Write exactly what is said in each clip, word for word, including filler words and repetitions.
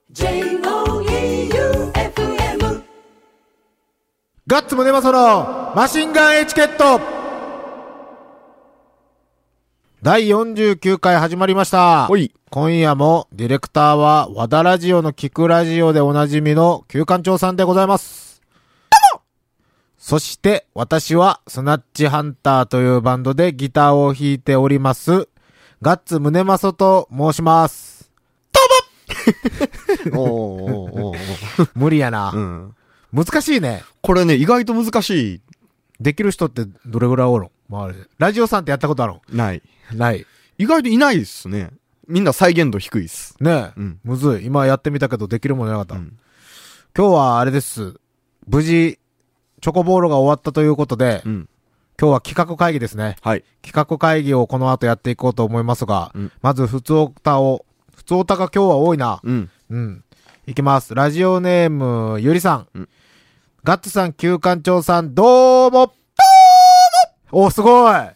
ジェイオーイーユーエフエムガッツムネマソのマシンガンエチケットだいよんじゅうきゅうかい始まりました。 ほい。 今夜もディレクターは和田ラジオの聞くラジオでおなじみの旧館長さんでございます。そして私はスナッチハンターというバンドでギターを弾いておりますガッツムネマソと申します。 おーおーおー無理やな、 うん。 難しいね。 これね、意外と難しい。 できる人ってどれぐらいおるの？周りで。ラジオさんってやったことあるの？ ない。 ない。 意外といないっすね。みんな再現度低いっす。 ねえ、 うん。 むずい。今やってみたけどできるもんじゃなかった。 うん。 今日はあれです。無事、チョコボールが終わったということで、 うん。 今日は企画会議ですね。 はい。 企画会議をこの後やっていこうと思いますが、 うんまず、ふつおたを、ふつおたが今日は多いな。 うん。 うん。いきます。ラジオネーム、ゆりさん。 うんガッツさん、旧館長さん、どうもどうもお、すごいど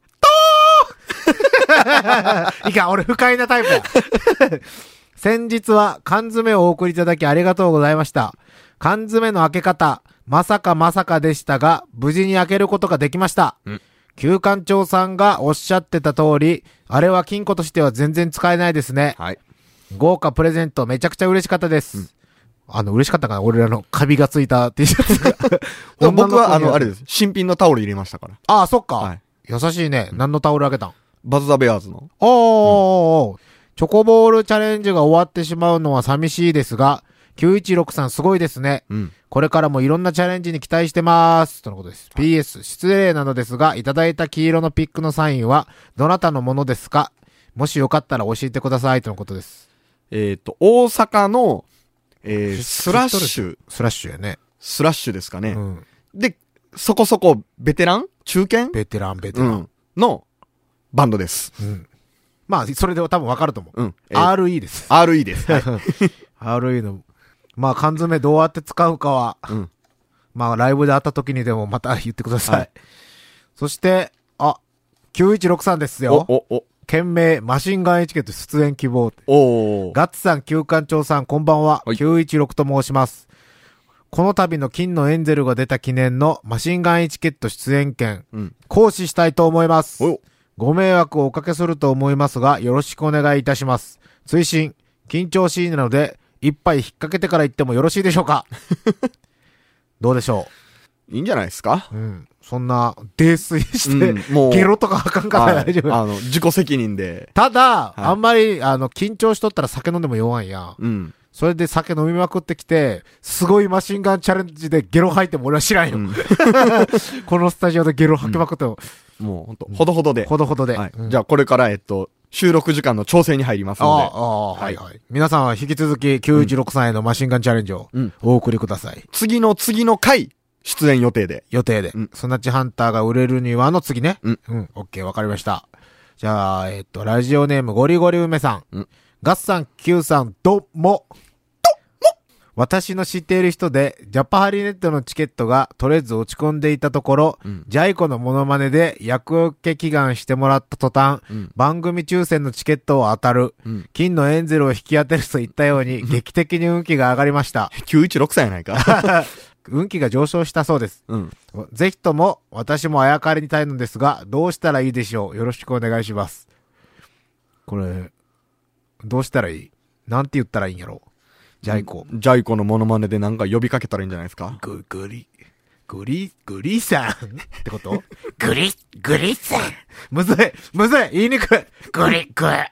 ーいかん、俺不快なタイプや。先日は缶詰をお送りいただきありがとうございました。缶詰の開け方、まさかまさかでしたが、無事に開けることができました。 うん旧館長さんがおっしゃってた通り、あれは金庫としては全然使えないですね。 はい。 豪華プレゼントめちゃくちゃ嬉しかったです。うんあの、嬉しかったかな俺らのカビがついた T シャツが。 でも僕は、あの、あれです。新品のタオル入れましたから。 ああ、そっか。 はい。 優しいね。何のタオルあげたん？ バズ・ザ・ベアーズの。 おー、うん、チョコボールチャレンジが終わってしまうのは寂しいですが、きゅういちろくさんすごいですね。 うん。 これからもいろんなチャレンジに期待してます。とのことです。ピーエス、失礼なのですが、いただいた黄色のピックのサインは、どなたのものですか？もしよかったら教えてください。とのことです。 えっと、大阪の、えー、スラッシュ。 スラッシュやね。 スラッシュですかね。 うん。 で、そこそこベテラン中堅ベテラン、ベテラン。 うん。のバンドです。 うん。まあ、それで多分わかると思う。 うん。えー、 アールイー です。 アールイー です。はい。 アールイー の、まあ、缶詰どうやって使うかは、 うん。 まあ、ライブで会った時にでもまた言ってください。 はい、 そして、あ、きゅういちろくさんですよ。 お、お、お。 件名、マシンガンエチケット出演希望。 おー。 ガッツさん、旧館長さん、こんばんは。 はい、 きゅういちろくと申します。この度の金のエンゼルが出た記念のマシンガンエチケット出演権、 うん、 行使したいと思います。 おご迷惑をおかけすると思いますが、よろしくお願いいたします。追伸、緊張しいなので、一杯引っ掛けてから言ってもよろしいでしょうかどうでしょういいんじゃないですか。 うん。そんな、泥酔して、 うん、もう、 ゲロとかあかんから大丈夫。 あの、自己責任で。 ただ、 はい、 あんまり、あの、緊張しとったら酒飲んでも弱いやん。 うん。 それで酒飲みまくってきて、すごいマシンガンチャレンジでゲロ吐いても俺は知らんよ。うん、このスタジオでゲロ吐きまくっても。 うん、もう、ほんと、ほどほどで。 ほどほどで。 はいうん、じゃあ、これから、えっと、収録時間の調整に入りますので。 ああ、はいはい。皆さんは引き続ききゅういちろくさんへのマシンガンチャレンジをお送りください。うん、 次の次の回、出演予定で。 予定で。うん、スナッチハンターが売れるにはの次ね。 うん。 うん。オッケー、わかりました。じゃあ、えっと、ラジオネームゴリゴリ梅さん。うん。ガッさん、キューさん、ども。私の知っている人で、ジャパハリネットのチケットが取れず落ち込んでいたところ、うん、ジャイコのモノマネで厄除け祈願してもらった途端、うん、番組抽選のチケットを当たる、うん、金のエンゼルを引き当てると言ったように、劇的に運気が上がりました。 きゅういちろくさんやないか。 運気が上昇したそうです。うん、ぜひとも、私もあやかりにたいのですが、どうしたらいいでしょう。よろしくお願いします。これ、どうしたらいい？なんて言ったらいいんやろ。ジャイコ。 ジャイコのモノマネでなんか呼びかけたらいいんじゃないですか？ グ、グリ、グリ、グリさんってことグリ、グリさん。むずい、むずい、言いにくい。グリ、グリ。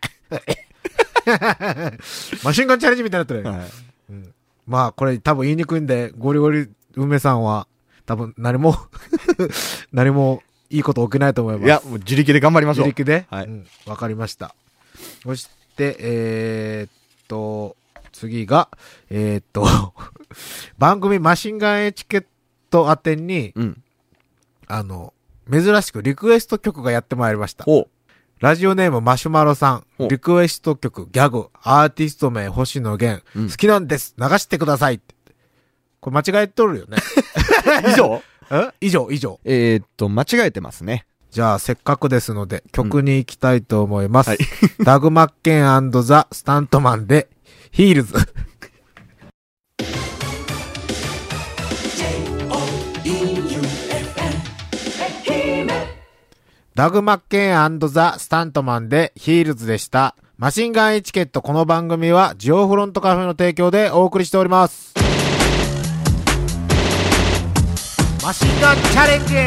マシンガンチャレンジみたいになってる、はいうん。まあ、これ多分言いにくいんで、ゴリゴリ梅さんは、多分何も、何もいいこと起きないと思います。 いや、もう自力で頑張りましょう。 自力ではい。 うん。わかりました。そして、えー、っと、次が、えー、っと、番組マシンガンエチケット宛てに、うん、あの、珍しくリクエスト曲がやってまいりました。ラジオネームマシュマロさん、リクエスト曲、ギャグ、アーティスト名、星野源、うん、好きなんです、流してくださいって。これ間違えとるよね。 以上え以上、以上。 えー、っと、間違えてますね。 じゃあ、せっかくですので、曲に行きたいと思います。うんはい、ダグ・マッケン&ザ・スタントマンで、ヒールズ。 ダグ・マッケン&ザ・スタントマンでヒールズでした。マシンガンエチケット、この番組はジオフロントカフェの提供でお送りしております。マシンガンチャレンジ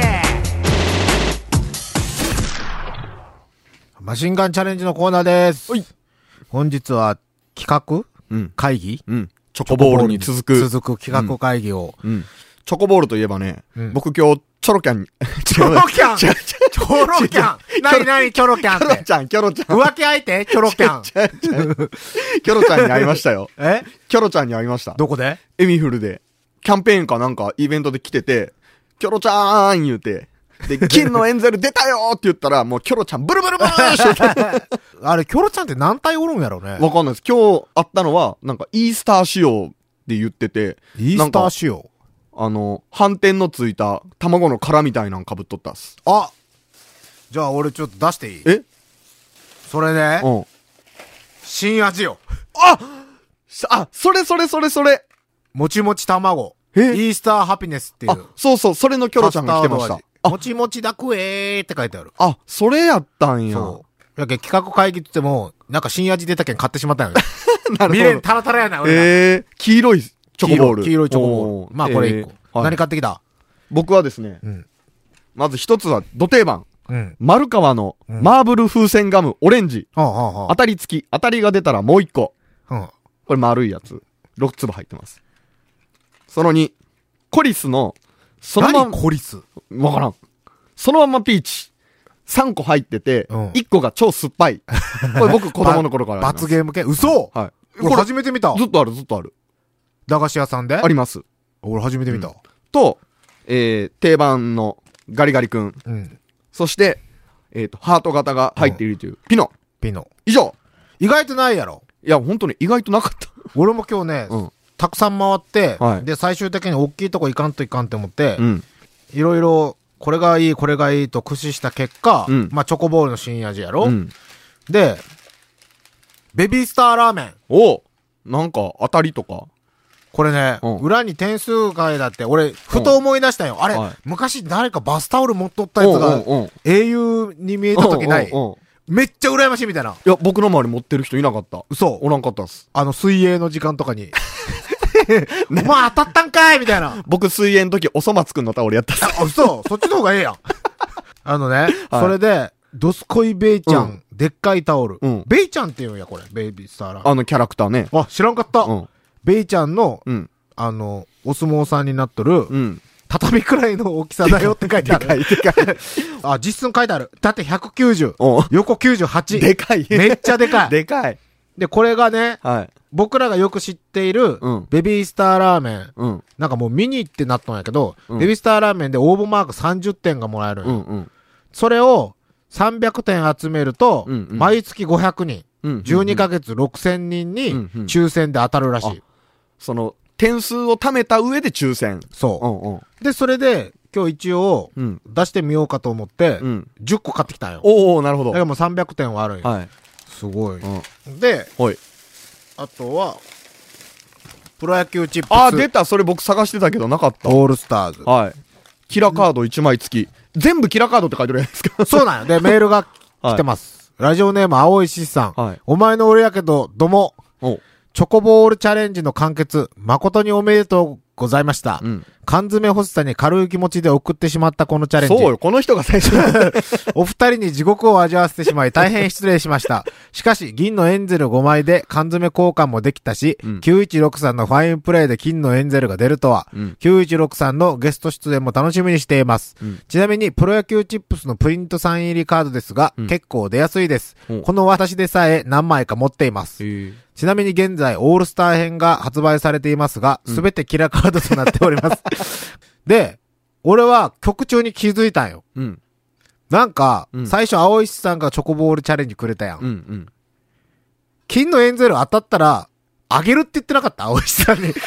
マシンガンチャレンジのコーナーです。 はい。 本日は企画、 うん、 会議、 うん、チョコボールに続く。 続く企画会議を。 うん。うん、チョコボールといえばね、うん、僕今日、チョロキャンに。 チョロキャンチョロキャンなになにチョロキャンって。 キョロちゃん、キョロちゃん。 浮気相手チョロキャン。 キョロちゃんに会いましたよ。 えキョロちゃんに会いました。 どこで？ エミフルで。キャンペーンかなんかイベントで来てて、キョロちゃーん言うて、で、金のエンゼル出たよーって言ったら、もうキョロちゃんブルブルブーンしてあれ、キョロちゃんって何体おるんやろね。 わかんないです。今日会ったのは、なんかイースター仕様で言ってて。 イースター仕様？ あの、反転のついた卵の殻みたいなの被っとったっす。 あ、じゃあ俺ちょっと出していい？ え？ それね、 うん。 新味よ。 ああ、それそれそれそれ。 もちもち卵。 え？ イースターハピネスっていう。 あ、そうそう、それのキョロちゃんが来てました。 もちもちだくえーって書いてある。 あ、それやったんや。 そう。だけど企画会議って言っても、なんか新味出たけん買ってしまったよね。 なるほど。 未練タラタラやな、俺ら。 えー、黄色いチョコボール。 黄色いチョコボール。まあこれ一個。 はい、 何買ってきた？ 僕はですね、うん、まず一つは、土定番。うん、丸川のマーブル風船ガムオレンジ。うん、当たり付き。当たりが出たらもう一個。うん、これ丸いやつ。ろくつぶ入ってます。そのに、コリスの、そのまま。 何コリス？ わからん。そのままピーチ。さんこ入ってて、うん、いっこが超酸っぱい。これ僕子供の頃からあります。 罰ゲーム系？嘘？ はい。 これ初めて見た。 ずっとあるずっとある。 駄菓子屋さんで？ あります。 俺初めて見た。うん、 と、えー、定番のガリガリ君。うん。そして、えっと、ハート型が入っているという、ピノ。 ピノ。 以上。 意外とないやろ。 いや、本当に意外となかった。 俺も今日ね、うん、たくさん回って、はい、で、最終的に大きいとこ行かんといかんって思って、うん、いろいろ、これがいい、これがいいと駆使した結果、うん、まあ、チョコボールの新味やろ、うん、で、ベビースターラーメン。 おなんか、当たりとか。 これね、うん、裏に点数書いてあって、俺、ふと思い出したよ。うん、あれ、はい、昔誰かバスタオル持っとったやつが、英雄に見えた時ない。めっちゃ羨ましいみたいな。 いや、僕の周り持ってる人いなかった。 嘘。 おらんかったっす。 あの、水泳の時間とかに。お前当たったんかいみたいな。 僕、水泳の時、おそ松くんのタオルやったっす。 あ、嘘。そっちの方がええやん。あのね、はい、それで、ドスコイベイちゃん、うん、でっかいタオル。うん、ベイちゃんって言うんや、これ。ベイビースターラー。 あのキャラクターね。 あ、知らんかった。うん、ベイちゃんの、うん、あの、お相撲さんになっとる、うん、畳くらいの大きさだよって書いてある。でかい、でかい。あ、実寸書いてある。だってひゃくきゅうじゅう。横きゅうじゅうはち。 でかい。 めっちゃでかい。 でかい。 で、これがね、はい、僕らがよく知っている、うん、ベビースターラーメン。うん、なんかもうミニってなったんやけど、うん、ベビースターラーメンで応募マークさんじゅってんがもらえるんよ。うんうん、それをさんびゃくてん集めると、うんうん、毎月ごひゃくにん、うんうんうん、じゅうにかげつろくせんにんに抽選で当たるらしい。うんうん、 その、点数を貯めた上で抽選。 そう。うんうん、で、それで、今日一応、出してみようかと思って、うん、じゅっこ買ってきたんよ。 おー、なるほど。 だからもうさんびゃくてんはあるんよ。はい。すごい。うん、で、はい。あとは、プロ野球チップス。 あー、出た。それ僕探してたけどなかった。 オールスターズ。 はい。キラカードいちまい付き。全部キラカードって書いてるじゃないですか。 そうなんよ。で、メールが来てます。はい、ラジオネーム、青石さん。はい。お前の俺やけど、どうも。おチョコボールチャレンジの完結、誠におめでとうございました。うん、缶詰欲しさに軽い気持ちで送ってしまったこのチャレンジ。 そうよ、この人が最初お二人に地獄を味わわせてしまい大変失礼しました。しかし、銀のエンゼルごまいで缶詰交換もできたし、うん、きゅういちろくさんのファインプレイで金のエンゼルが出るとは、うん、きゅういちろくさんのゲスト出演も楽しみにしています。うん、ちなみに、プロ野球チップスのプリントサイン入りカードですが、うん、結構出やすいです。うん、この私でさえ何枚か持っています。ちなみに現在、オールスター編が発売されていますが、すべてキラカードとなっております。で、俺は曲中に気づいたんよ。うん、なんか、うん、最初、青石さんがチョコボールチャレンジくれたやん。うんうん、金のエンゼル当たったら、あげるって言ってなかった青石さんに。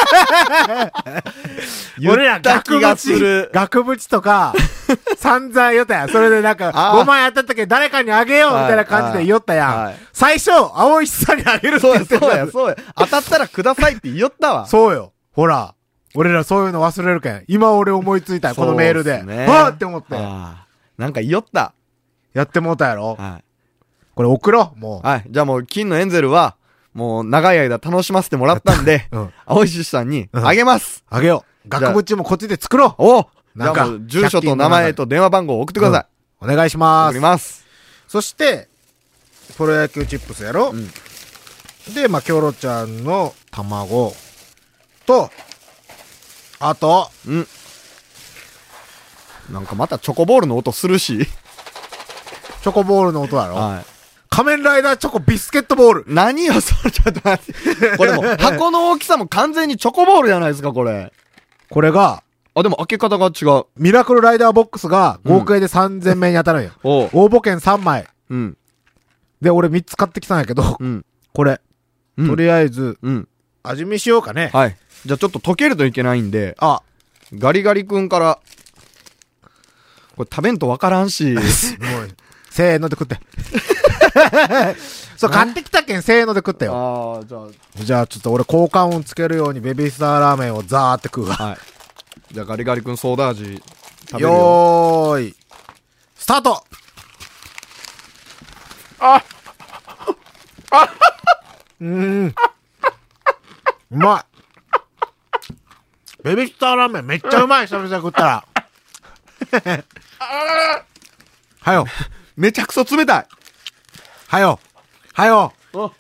俺ら額縁、額縁とか、散々言ったやん。それでなんか、ごまい当たったけど誰かにあげようみたいな感じで言ったやん。はいはい、最初、青石さんにあげるって言ってたやん。 そうや、そうや。当たったらくださいって言ったわ。 そうよ。ほら。俺らそういうの忘れるけん。今俺思いついたこのメールで。ね、わーって思って。 なんか言おった。 やってもうたやろ。 はい。 これ送ろう、もう。はい。じゃあもう、金のエンゼルは、もう長い間楽しませてもらったんで、うん、青石さんにあげます。 あ、うん、げよう。額縁もこっちで作ろう。 おなんか、住所と名前と電話番号を送ってください。 うん、お願いします。 送ります。 そして、プロ野球チップスやろ、うん、で、まあ、キョロちゃんの卵と、あと、 うん。なんかまたチョコボールの音するし。 チョコボールの音だろ、 はい。 仮面ライダーチョコビスケットボール。 何よ、それちょっと待って。これも、箱の大きさも完全にチョコボールじゃないですか、これ。 これが、 あ、でも開け方が違う。 ミラクルライダーボックスが合計でさんぜんめいに当たるんよ。うん、応募券さんまい。 うん。 で、俺みっつ買ってきたんやけど、うん、これ、うん、とりあえず、うん、味見しようかね。 はい。じゃあちょっと溶けるといけないんで、あ、ガリガリ君から、これ食べんとわからんし。もうせーので食って。そう、買ってきたけんせーので食ったよ。 ああ、じゃあ。 じゃあちょっと俺効果音つけるようにベビースターラーメンをザーって食うわ。 はい。じゃあガリガリ君ソーダ味食べるよ。 よーい。スタート。 ああうーん。うまい。ベビースターラーメンめっちゃうまい、久々に食ったら。はよ。 めちゃくそ冷たい。 はよ。はよ。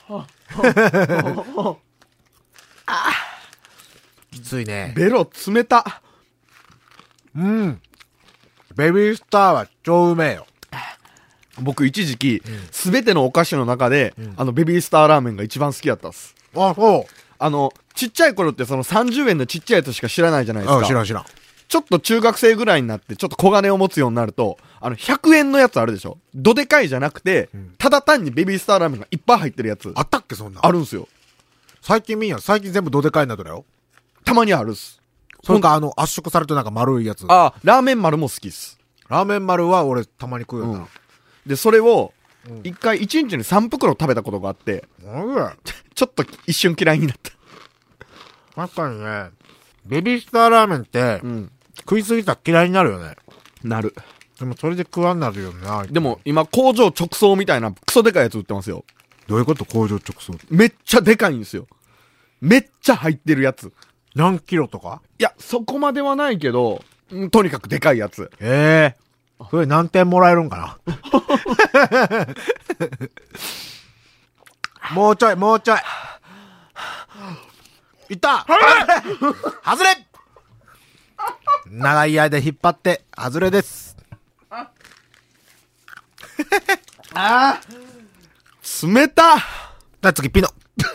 きついね。 ベロ冷た。 うん。ベビースターは超うめえよ。 僕一時期、すべ、うん、てのお菓子の中で、うん、あのベビースターラーメンが一番好きだったっす。 あ、そう。 あの、ちっちゃい頃ってそのさんじゅうえんのちっちゃいやつしか知らないじゃないですか。 あ、知らん知らん。 ちょっと中学生ぐらいになって、ちょっと小金を持つようになると、あの、ひゃくえんのやつあるでしょ？どでかいじゃなくて、うん、ただ単にベビースターラーメンがいっぱい入ってるやつ。 あったっけ、そんな。 あるんすよ。 最近見んや。最近全部どでかいなどだよ。 たまにあるっす。 それかあの、圧縮されてなんか丸いやつ。 ああ、ラーメン丸も好きっす。 ラーメン丸は俺たまに食うよな。うん、 で、それを、一回一日にさん袋食べたことがあって、 うん、 ちょっと一瞬嫌いになった。 確かにね、ベビースターラーメンって、うん、食いすぎたら嫌いになるよね。 なる。 でもそれで食わんなるよな。 でも今工場直送みたいなクソでかいやつ売ってますよ。 どういうこと？工場直送。 めっちゃでかいんですよ。めっちゃ入ってるやつ。 何キロとか？ いや、そこまではないけど、とにかくでかいやつ。 ええー。それ何点もらえるんかなもうちょい、もうちょい。いった外れ長い間引っ張って、外れです。 ああ冷ただ、次、ピノ。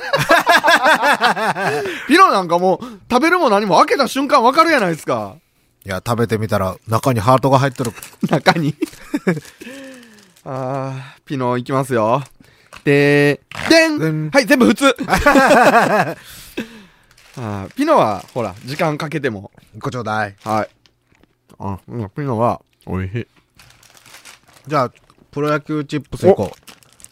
ピノなんかもう、食べるも何も開けた瞬間わかるやないですか。 いや、食べてみたら、中にハートが入ってる。 中にあー、ピノいきますよ。でー、でんはい、全部普通あピノは、ほら、時間かけても。 ごちょうだい。 はい。あ、うん、ピノは、美味しい。 じゃあ、プロ野球チップスいこう。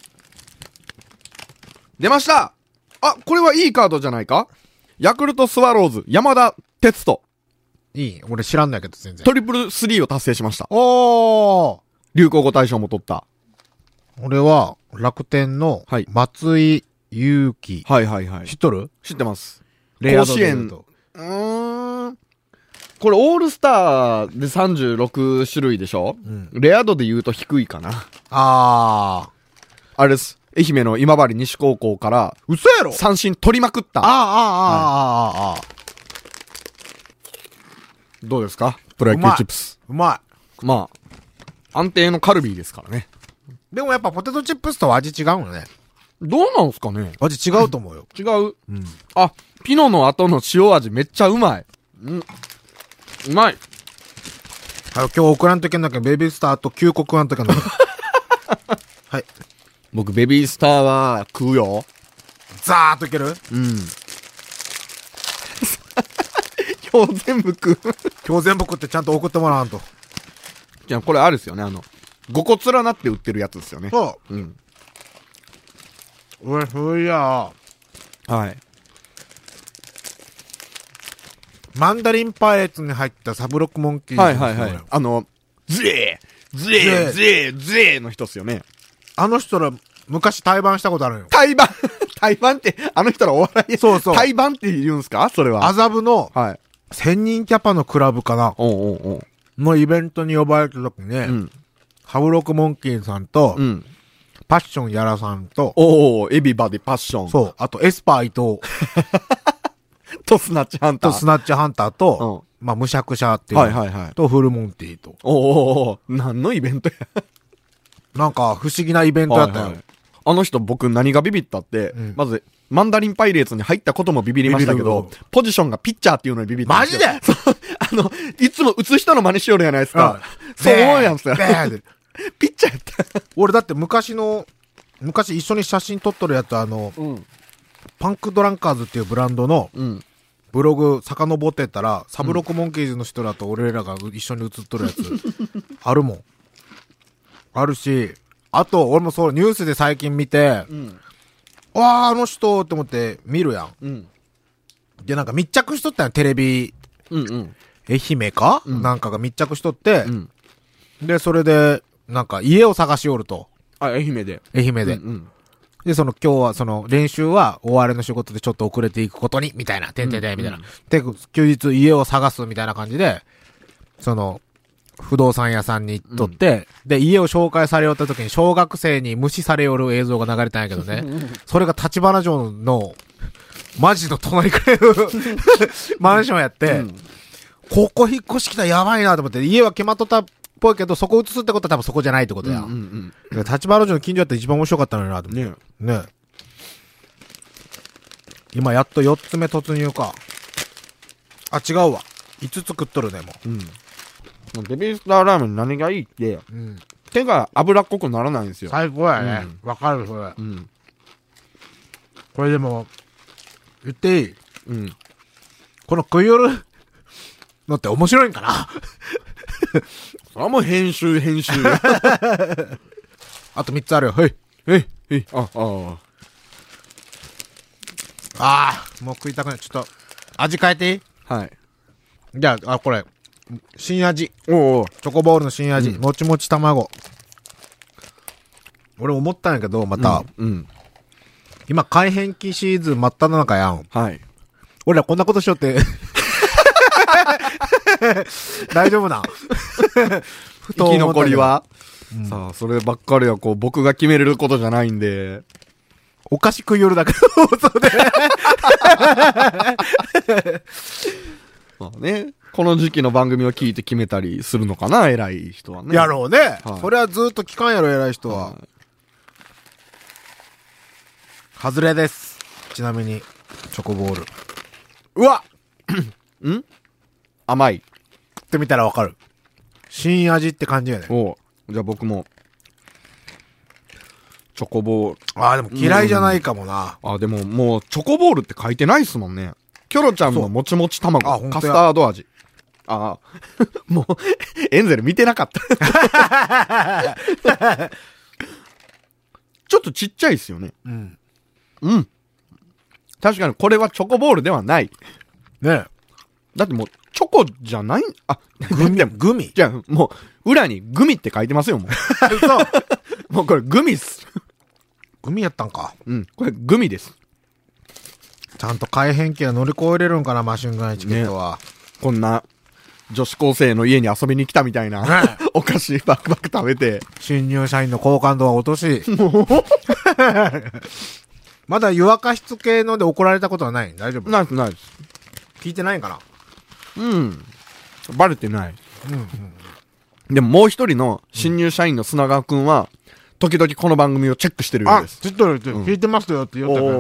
出ました。あ、これはいいカードじゃないか？ヤクルトスワローズ、山田哲人。 いい？俺知らんないけど全然。 トリプルスリーを達成しました。 おー！ 流行語大賞も取った。 俺は、楽天の、松井裕樹。 はいはいはい。 知っとる？ 知ってます。甲子園。うーん。これオールスターでさんじゅうろくしゅるいでしょ？うん、レア度で言うと低いかな。 あー。 あれです。愛媛の今治西高校から、 嘘やろ？ 三振取りまくった。 あーあーあーあーあーあー。 どうですか？プロ野球チップス。 うまい。まあ、安定のカルビーですからね。 でもやっぱポテトチップスとは味違うよね。 どうなんすかね？ 味違うと思うよ。 違う。うん。あ、ピノの後の塩味めっちゃうまい。うん。うまい。 あの、今日送らんといけんだけど、ベビースターときゅうこ食わんといけんだけど。はい。 僕、ベビースターは食うよ。 ザーっといける？うん。 今日全部食う。 今日全部食ってちゃんと送ってもらわんと。 じゃあ、これあるっすよね。あの、ごこ連なって売ってるやつですよね。 そう。 うん。 俺、そういや。 はい。 マンダリンパイレーツに入ったサブロックモンキーズ。 はいはいはい。あの、ズエーゼー、ゼー、ゼーの人っすよね。 あの人ら、昔対バンしたことあるよ。 対バン対バンって、あの人らお笑い。 そうそう。 対バンって言うんすかそれは。 麻布の、 はい。 せんにんキャパのクラブかな。 おうおうおうのイベントに呼ばれた時に、うん、ハブロックモンキーさんと、うん、パッションやらさんと、 おー、エビバディパッション。 そう。あと、エスパー伊藤。 と、スナッチハンター。 と、スナッチハンターと、うん、まあ、むしゃくしゃっていう。はいはいはい。と、フルモンティーと。 おー、何のイベントや。 なんか、不思議なイベントやったよ。はいはい、あの人、僕何がビビったって、うん、まず、マンダリンパイレーツに入ったこともビビりましたけど、ポジションがピッチャーっていうのにビビったんですよ。 マジであの、いつも打つ人の真似しよるじゃないですか。うん、そう思うやんすよ。ピッチャーやった。 俺だって昔の、昔一緒に写真撮っとるやつ、あの、うん、パンクドランカーズっていうブランドの、ブログ遡ってったら、サブロックモンキーズの人らと俺らが一緒に写っとるやつ、あるもん。あるし、あと、俺もそう、ニュースで最近見て、うん、わー、あの人って思って見るやん。うん、で、なんか密着しとったんよ、テレビ、うんうん、愛媛か、うん、なんかが密着しとって、うん、で、それで、なんか家を探しおると。 あ、愛媛で。 愛媛で。うんうん、で、その今日は、その練習は終わりの仕事でちょっと遅れていくことに、みたいな、てんてんてんみたいな。で、休日家を探すみたいな感じで、その、不動産屋さんに行っとって、うん、で、家を紹介されよった時に小学生に無視されよる映像が流れたんやけどね。それが立花城の、マジの隣くらいのマンションやって、うん、ここ引っ越し来たらやばいなと思って、家は決まっとったっぽいけど、そこ移すってことは多分そこじゃないってことや。うんうんうん、立花城の近所やったら一番面白かったのになと思って。ね。ね。今やっとよっつめ突入か。あ、違うわ。いつつ食っとるね、もう。うんベビースターラーメン何がいいって、うん、手が脂っこくならないんですよ。 最高やね。わ、うん、かる、それ、うん。これでも、言っていい、うん、この食い寄るのって面白いんかなそれはもう編集、編集。 あとみっつあるよ。はい。はい。はい。あ、ああ。ああ、もう食いたくない。ちょっと、味変えていい？はい。じゃあ、あ、これ。新味。おうおうチョコボールの新味。うん、もちもち卵。俺思ったんやけど、また。うん。うん、今、改変期シーズン真っ只中やん。はい。俺らこんなことしよって。大丈夫な生き残りは、うん、さあ、そればっかりはこう、僕が決めれることじゃないんで。 お菓子食いよるだけの放送で。 まあね。この時期の番組を聞いて決めたりするのかな、偉い人はね。 やろうね。はい、それはずっと聞かんやろ、偉い人は。はい、外れです。ちなみに、チョコボール。うわん甘い。 食ってみたらわかる。新味って感じやね。 おじゃあ僕も、チョコボール。 ああ、でも嫌いじゃないかもな。 ああ、でももう、チョコボールって書いてないっすもんね。キョロちゃんのもちもち卵。カスタード味。ああ。もう、エンゼル見てなかった。ちょっとちっちゃいっすよね。うん。うん。確かにこれはチョコボールではない。ねえ。だってもう、チョコじゃない、あ、 グミ、グミじゃあ、もう、裏にグミって書いてますよ、もう。嘘。もうこれグミっす。 グミやったんか。 うん。これグミです。 ちゃんと改変期は乗り越えれるんかな、マシンガンエチケットは。ね、 こんな、女子高生の家に遊びに来たみたいな、ね、お菓子バクバク食べて。 新入社員の好感度は落とし。まだ湯沸かしつけので怒られたことはない？大丈夫？ ないです、ないです。 聞いてないんかな？ うん。バレてない。うんうん、でももう一人の新入社員の砂川くんは、時々この番組をチェックしてるようです。 あ、ちょっと聞いてますよって言ったから。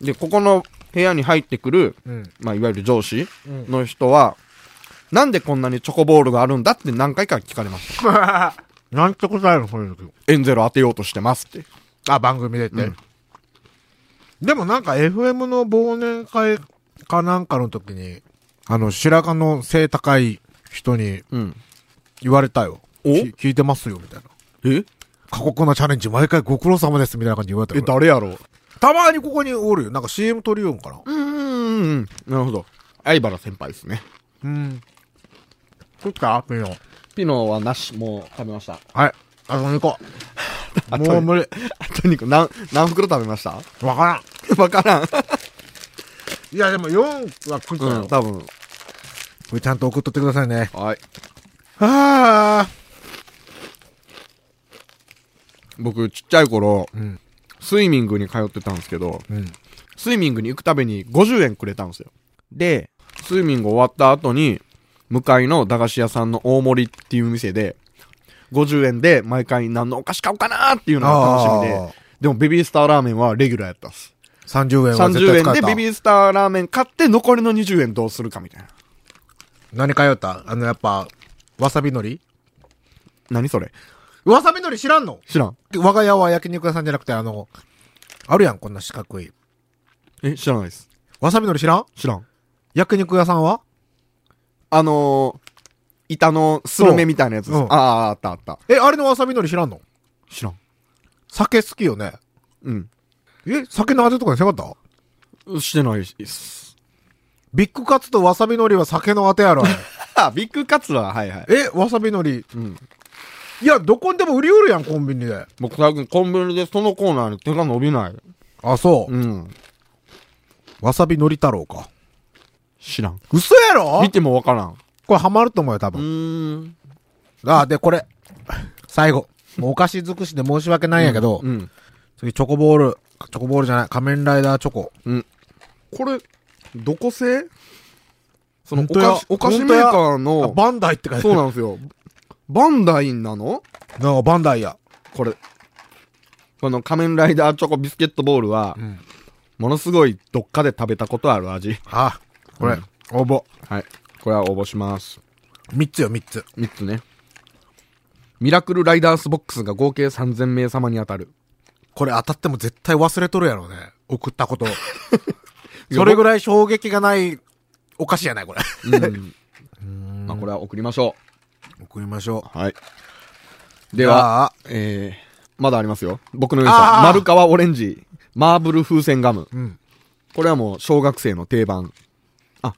で、ここの部屋に入ってくる、うん、まあ、いわゆる上司の人は、うん、なんでこんなにチョコボールがあるんだって何回か聞かれました。 なんて答えるのそれ。 エンゼル当てようとしてますって。 あ、番組でって。うん、でもなんか エフエム の忘年会かなんかの時に、あの、白髪の背高い人に、言われたよ。うん、聞いてますよ、みたいな。え過酷なチャレンジ、毎回ご苦労様です、みたいな感じで言われた。 え、誰やろうたまにここにおるよ。なんか シーエム 撮りよんかな。 うーん。なるほど。相原先輩ですね。うん。 撮ったみよ。 ピノはなし、もう食べました。 はい。あとにこ。もう無理。 あとにこ、何、何袋食べました？ わからん。 わからん。 いや、でもよんは食ったよ。 うん、多分。これちゃんと送っとってくださいね。 はい。 はぁ。 僕、ちっちゃい頃、 うん、 スイミングに通ってたんですけど、 うん、 スイミングに行くたびにごじゅうえんくれたんですよ。で、スイミング終わった後に、向かいの駄菓子屋さんの大森っていう店で、ごじゅうえんで毎回何のお菓子買おうかなーっていうのが楽しみで、でもベビースターラーメンはレギュラーやったっす。 さんじゅうえんは絶対使えた。さんじゅうえんでベビースターラーメン買って残りのにじゅうえんどうするかみたいな。 何通った？あのやっぱ、わさび海苔？ 何それ？ わさび海苔知らんの？ 知らん。 我が家は焼肉屋さんじゃなくてあの、あるやんこんな四角い。 え、知らないです。 わさび海苔知らん？ 知らん。 焼肉屋さんはあのー、板のスルメみたいなやつです。うん、ああ、あったあった。 え、あれのわさび海苔知らんの？ 知らん。 酒好きよね。 うん。 え、酒の味とかにしなかった？ してないです。 ビッグカツとわさび海苔は酒のあてやろ。 あ、ビッグカツは、はいはい。 え、わさび海苔。 うん。 いや、どこにでも売り売るやん、コンビニで。 僕最近コンビニでそのコーナーに手が伸びない。 あ、そう。 うん。 わさび海苔太郎か。 知らん。 嘘やろ？ 見てもわからん。 これハマると思うよ、多分。 うーん。 あ、で、これ。最後。もうお菓子尽くしで申し訳ないんやけど、 うん。うん、 次、チョコボール。チョコボールじゃない。仮面ライダーチョコ。 うん。これ、どこ製？そのお菓子、お菓子メーカーの。 バンダイって書いてある。そうなんですよ。バンダイなの？ なんかバンダイや。 これ。この仮面ライダーチョコビスケットボールは、うん、ものすごいどっかで食べたことある味。 あ、これ、うん、応募。 はい。これは応募します。 みっつよ、みっつ。 みっつね。ミラクルライダースボックスが合計さんぜんめい様に当たる。 これ当たっても絶対忘れとるやろうね。送ったこと。それぐらい衝撃がないお菓子やない、これ。うん。 うんまあ、これは送りましょう。送りましょう。はい。では、えー、まだありますよ。僕の良さ。丸川オレンジ、マーブル風船ガム。うん。これはもう小学生の定番。あ。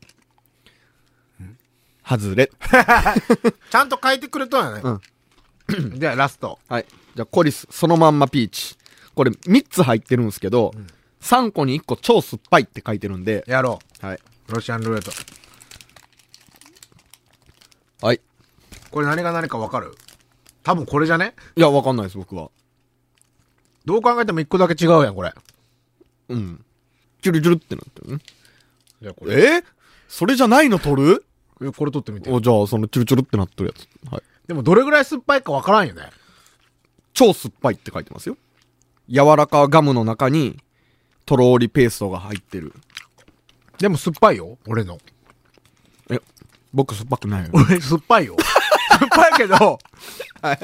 外れ。 ちゃんと書いてくれとんやね。うん。じゃあラスト。 はい。じゃあコリス、そのまんまピーチ。これみっつ入ってるんですけど、うん、さんこにいっこ超酸っぱいって書いてるんで。 やろう。はい。 ロシアンルーレット。 はい。 これ何が何か分かる？多分これじゃね？ いや、分かんないです、僕は。 どう考えてもいっこだけ違うやん、これ。 うん。チュルチュルってなってるね。じゃあこれ。えー、それじゃないの取る？ え、これ取ってみて。 お、じゃあ、そのチュルチュルってなってるやつ。はい。 でもどれぐらい酸っぱいか分からんよね。 超酸っぱいって書いてますよ。柔らかガムの中に、とろーりペーストが入ってる。 でも酸っぱいよ、俺の。 え、僕酸っぱくないよ。 俺酸っぱいよ。酸っぱいけど。はい。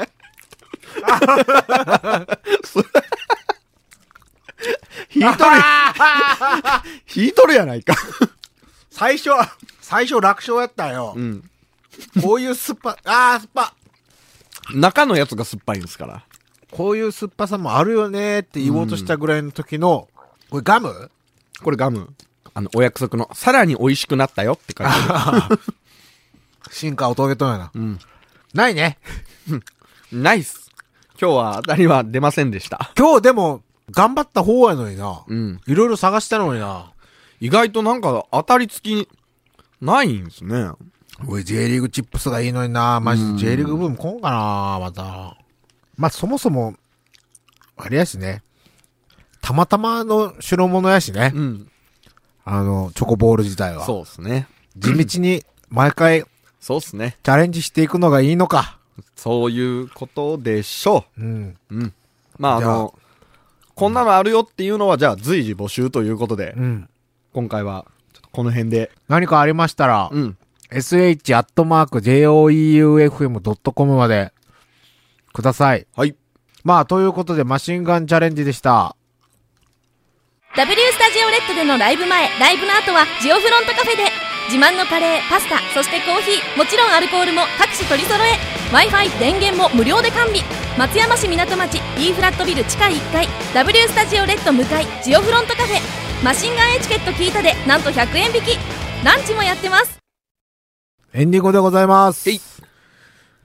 引いとるや引いとるやないか。 最初、最初楽勝やったよ。うん。こういう酸っぱ、あー酸っぱ。 中のやつが酸っぱいんですから。 こういう酸っぱさもあるよねーって言おうとしたぐらいの時の、これガム？ これガム。あの、お約束の、さらに美味しくなったよって書いてある。 進化を遂げとんやな。うん。ないね。 ナイス。今日は当たりは出ませんでした。 今日でも、頑張った方やのにな。うん。いろいろ探したのにな。 意外となんか当たり付き、ないんですね。 おい、J リーグチップスがいいのにな。マジで J リーグブーム来んかな、また。まあ、そもそも、あれやしね。たまたまの代物やしね。うん。あの、チョコボール自体は。 そうですね。 地道に、毎回、 そうっすね。 チャレンジしていくのがいいのか。 そういうことでしょう。うん。うん。まあ、あの、こんなのあるよっていうのは、じゃあ随時募集ということで、うん。今回は、ちょっとこの辺で。 何かありましたら、うん。エスエイチ アットマーク ジェイオーイーユーエフエム ドットコム まで、ください。 はい。 まあ、ということで、マシンガンチャレンジでした。 W スタジオレッドでのライブ前、ライブの後はジオフロントカフェで自慢のカレー、パスタ、そしてコーヒー、もちろんアルコールも各種取り揃え Wi-Fi、電源も無料で完備。松山市港町 E フラットビル地下いっかい W スタジオレッド向かいジオフロントカフェ。マシンガンエチケット聞いたでなんとひゃくえん引き。ランチもやってます。 エンディングでございます。 今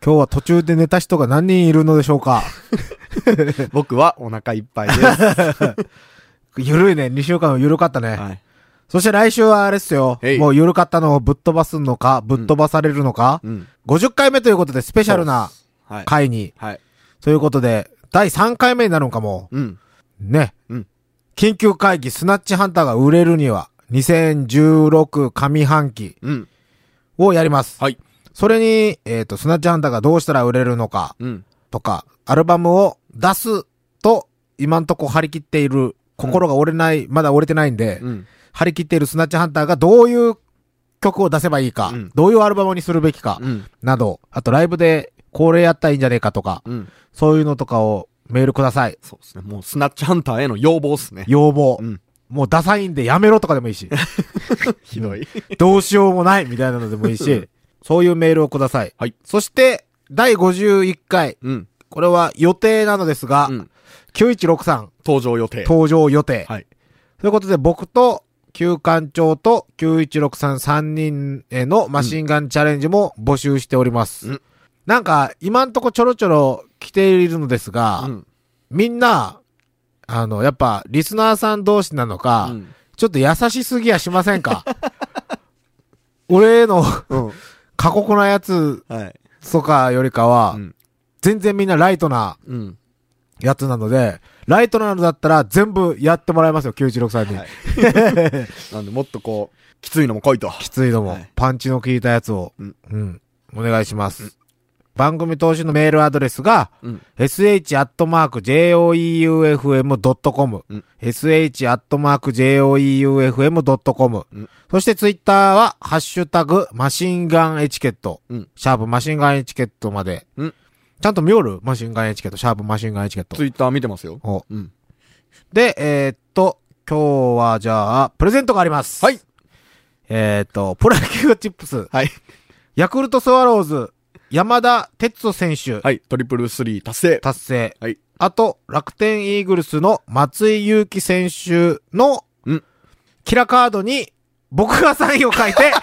今日は途中で寝た人が何人いるのでしょうか。 僕はお腹いっぱいです。 ゆるいね。にしゅうかんゆるかったね。 はい。 そして来週はあれっすよ。もうゆるかったのをぶっ飛ばすのか、ぶっ飛ばされるのか。うん。ごじゅっかいめということでスペシャルな回に。はい。はい、ということで、だいさんかいめになるのかも。うん。ね。うん。緊急会議スナッチハンターが売れるには、にせんじゅうろく上半期。うん。をやります。はい。それに、えっと、スナッチハンターがどうしたら売れるのか。うん。とか、アルバムを出すと、今んとこ張り切っている、心が折れない、うん、まだ折れてないんで、うん、張り切っているスナッチハンターがどういう曲を出せばいいか、うん、どういうアルバムにするべきか、うん、など、あとライブでこれやったらいいんじゃねえかとか、うん、そういうのとかをメールください。 そうですね。もうスナッチハンターへの要望っすね。 要望。うん、もうダサいんでやめろとかでもいいし。 ひどい。 どうしようもないみたいなのでもいいし、そういうメールをください。はい。そして、だいごじゅういっかい。うん。これは予定なのですが、うん、きゅういちろくさん。 登場予定。 登場予定。はい。ということで僕と、旧館長ときゅういちろくさんさんにんへのマシンガンチャレンジも募集しております。うん。なんか、今んとこちょろちょろ来ているのですが、うん、みんな、あの、やっぱ、リスナーさん同士なのか、うん、ちょっと優しすぎやしませんか？俺への、うん、過酷なやつとかよりかは、うん、全然みんなライトなやつなので、ライトなのだったら全部やってもらいますよ、きゅういちろくさんに。はい、 なんでもっとこう、きついのも来いと。 きついのも、はい、パンチの効いたやつを、うん、うん、お願いします。うん、番組投資のメールアドレスが、うん、エスエイチ アットマーク ジェイオーイーユーエフエム ドットコム、うん、エスエイチ アットマーク ジェイオーイーユーエフエム ドットコム、うん、そしてツイッターは、ハッシュタグ、マシンガンエチケット、うん、シャープマシンガンエチケットまで、うん、ちゃんと見おるマシンガンエチケット、シャープマシンガンエチケット。 ツイッター見てますよ。おうん、で、えー、っと、今日はじゃあ、プレゼントがあります。はい。えー、っと、プロ野球チップス。はい。ヤクルトスワローズ、山田哲人選手。 はい。トリプルスリー達成。 達成。はい。あと、楽天イーグルスの松井裕樹選手の、んキラカードに、僕がサインを書いて、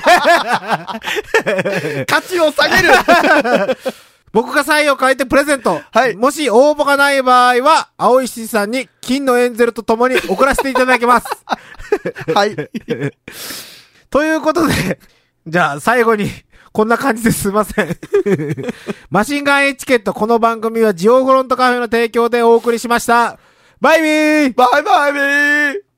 価値を下げる僕がサインを書いてプレゼント。はい。もし応募がない場合は、青石さんに金のエンゼルと共に送らせていただきます。はい。ということで、じゃあ最後に、こんな感じですいません。マシンガンエチケット、この番組はジオフロントカフェの提供でお送りしました。バイビーバイバイビー